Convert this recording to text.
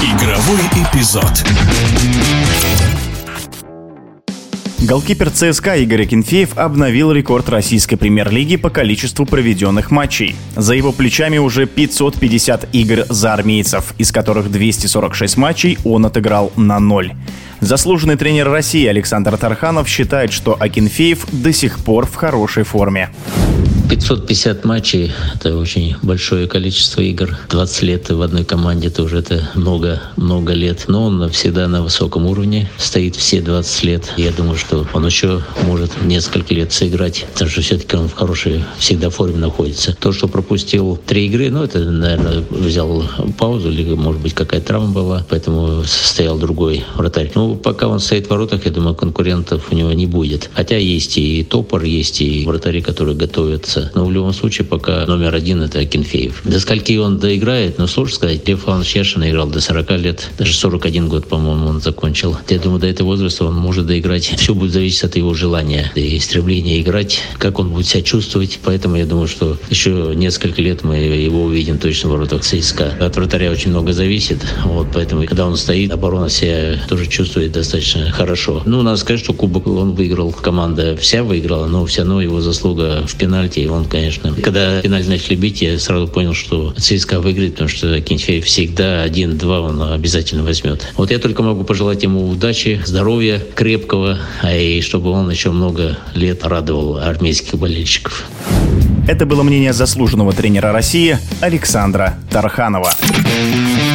Игровой эпизод. Голкипер ЦСКА Игорь Акинфеев обновил рекорд российской премьер-лиги по количеству проведенных матчей. За его плечами уже 550 игр за армейцев, из которых 246 матчей он отыграл на 0. Заслуженный тренер России Александр Тарханов считает, что Акинфеев до сих пор в хорошей форме. 550 матчей – это очень большое количество игр. 20 лет в одной команде тоже это много лет. Но он всегда на высоком уровне, стоит все 20 лет. Я думаю, что он еще может несколько лет сыграть, потому что все-таки он в хорошей всегда форме находится. То, что пропустил 3 игры, это, наверное, взял паузу, или, может быть, какая-то травма была, поэтому стоял другой вратарь. Пока он стоит в воротах, я думаю, конкурентов у него не будет. Хотя есть и топор, есть и вратари, которые готовятся. Но в любом случае пока номер 1 это Акинфеев. До скольки он доиграет, сложно сказать. Лев Иванович Яшин играл до 40 лет, даже 41 год, по-моему, он закончил. Я думаю, до этого возраста он может доиграть. Все будет зависеть от его желания и стремления играть, как он будет себя чувствовать. Поэтому я думаю, что еще несколько лет мы его увидим точно в воротах ЦСКА. От вратаря очень много зависит. Поэтому, когда он стоит, оборона себя тоже чувствует достаточно хорошо. Надо сказать, что кубок он выиграл. Команда вся выиграла, но все равно его заслуга в пенальти. И он, конечно, когда пенальти начали бить, я сразу понял, что ЦСКА выиграет, потому что Акинфеев всегда 1-2 он обязательно возьмет. Я только могу пожелать ему удачи, здоровья крепкого, и чтобы он еще много лет радовал армейских болельщиков. Это было мнение заслуженного тренера России Александра Тарханова.